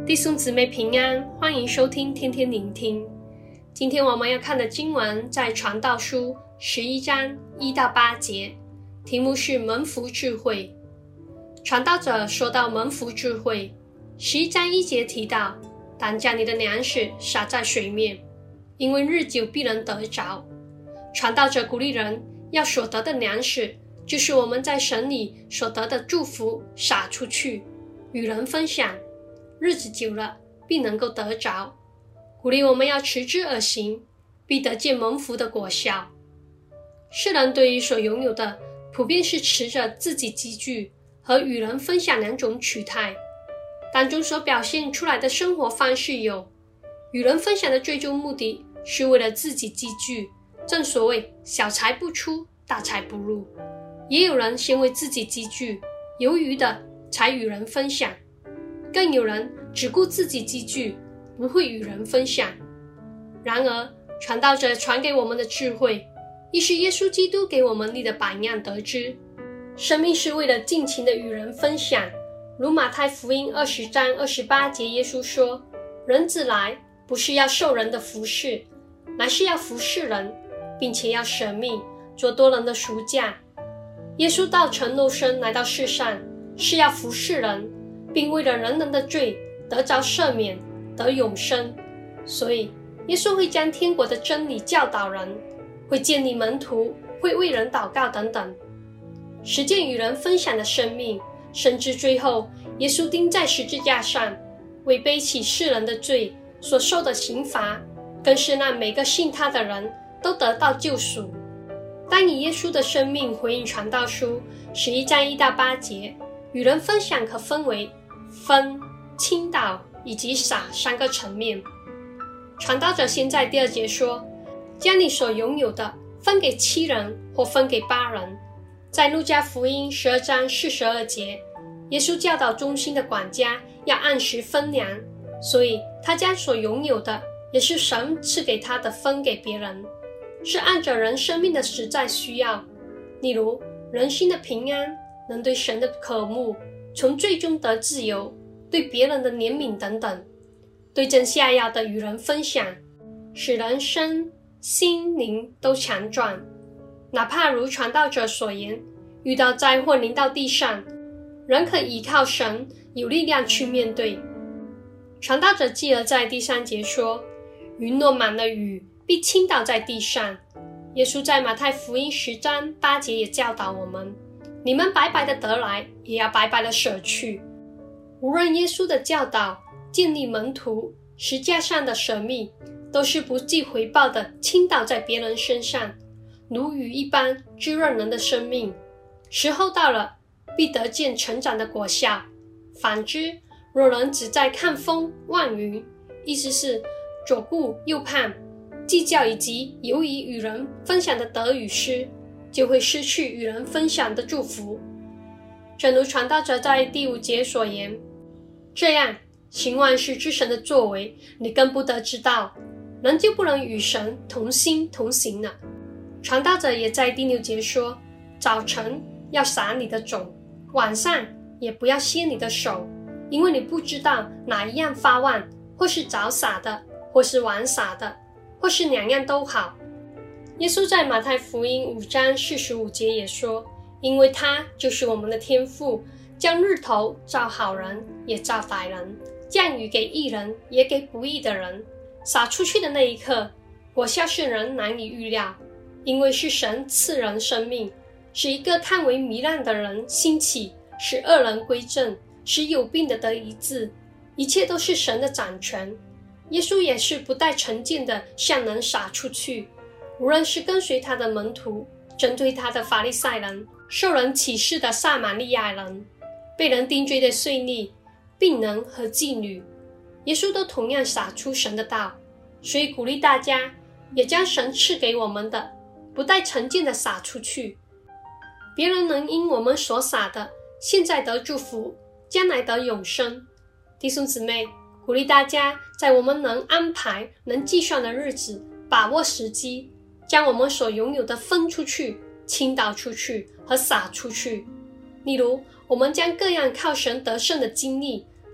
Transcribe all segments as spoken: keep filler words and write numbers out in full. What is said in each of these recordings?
弟兄姊妹平安，欢迎收听天天聆听。今天我们要看的经文在传道书十一章一到八节，题目是蒙福智慧。传道者说到蒙福智慧，十一章一节提到，当将你的粮食撒在水面，因为日久必能得着。传道者鼓励人要所得的粮食，就是我们在神里所得的祝福撒出去，与人分享，日子久了必能够得着。鼓励我们要持之而行，必得见蒙福的果效。世人对于所拥有的普遍是持着自己积聚和与人分享两种取态，当中所表现出来的生活方式有：与人分享的最终目的是为了自己积聚，正所谓小财不出，大财不入。也有人先为自己积聚，有余的才与人分享，更有人只顾自己积聚，不会与人分享。然而传道者传给我们的智慧，亦是耶稣基督给我们立的榜样得知，生命是为了尽情的与人分享。如马太福音二十章二十八节，耶稣说，人子来不是要受人的服侍，乃是要服侍人，并且要舍命做多人的赎价。耶稣道成肉身来到世上，是要服侍人，并为了人人的罪得着赦免，得永生。所以耶稣会将天国的真理教导人，会建立门徒，会为人祷告等等，实践与人分享的生命。甚至最后耶稣钉在十字架上，为背起世人的罪所受的刑罚，更是让每个信他的人都得到救赎。当以耶稣的生命回应传道书十一章一到八节，与人分享可分为分、倾倒以及撒三个层面。传道者先在第二节说，将你所拥有的分给七人或分给八人。在路加福音十二章四十二节，耶稣教导忠心的管家要按时分粮，所以他将所拥有的，也是神赐给他的分给别人，是按着人生命的实在需要，例如人心的平安，能对神的渴慕，从罪中得自由，对别人的怜悯等等，对症下药的与人分享，使人身心灵都强壮。哪怕如传道者所言，遇到灾祸临到地上，人可依靠神有力量去面对。传道者继而在第三节说，云落满了雨，必倾倒在地上。耶稣在马太福音十章八节也教导我们，你们白白的得来，也要白白的舍去。无论耶稣的教导、建立门徒、十架上的舍命，都是不计回报的倾倒在别人身上，如雨一般滋润人的生命。时候到了，必得见成长的果效。反之，若人只在看风望云，意思是左顾右盼，计较以及犹疑与人分享的得与失，就会失去与人分享的祝福。正如传道者在第五节所言，这样行万事之神的作为，你更不得知道，人就不能与神同心同行了。传道者也在第六节说，早晨要撒你的种，晚上也不要歇你的手，因为你不知道哪一样发旺，或是早撒的，或是晚撒的，或是两样都好。耶稣在马太福音五章四十五节也说，因为他就是我们的天父，将日头照好人也照歹人，降雨给义人也给不义的人。撒出去的那一刻，果效是人难以预料，因为是神赐人生命，使一个看为糜烂的人兴起，使恶人归正，使有病的得医治，一切都是神的掌权。耶稣也是不带成见的向人撒出去，无论是跟随他的门徒，针对他的法利赛人，受人启示的撒玛利亚人，被人定罪的税吏、病人和妓女，耶稣都同样撒出神的道。所以鼓励大家也将神赐给我们的不带成见的撒出去，别人能因我们所撒的现在得祝福，将来得永生。弟兄姊妹，鼓励大家在我们能安排能计算的日子，把握时机，将我们所拥有的分出去，倾倒出去和撒出去。例如我们将各样靠神得胜的经历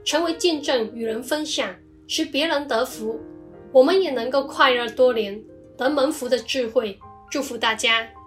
成为见证与人分享，使别人得福，我们也能够快乐多年，得蒙福的智慧。祝福大家。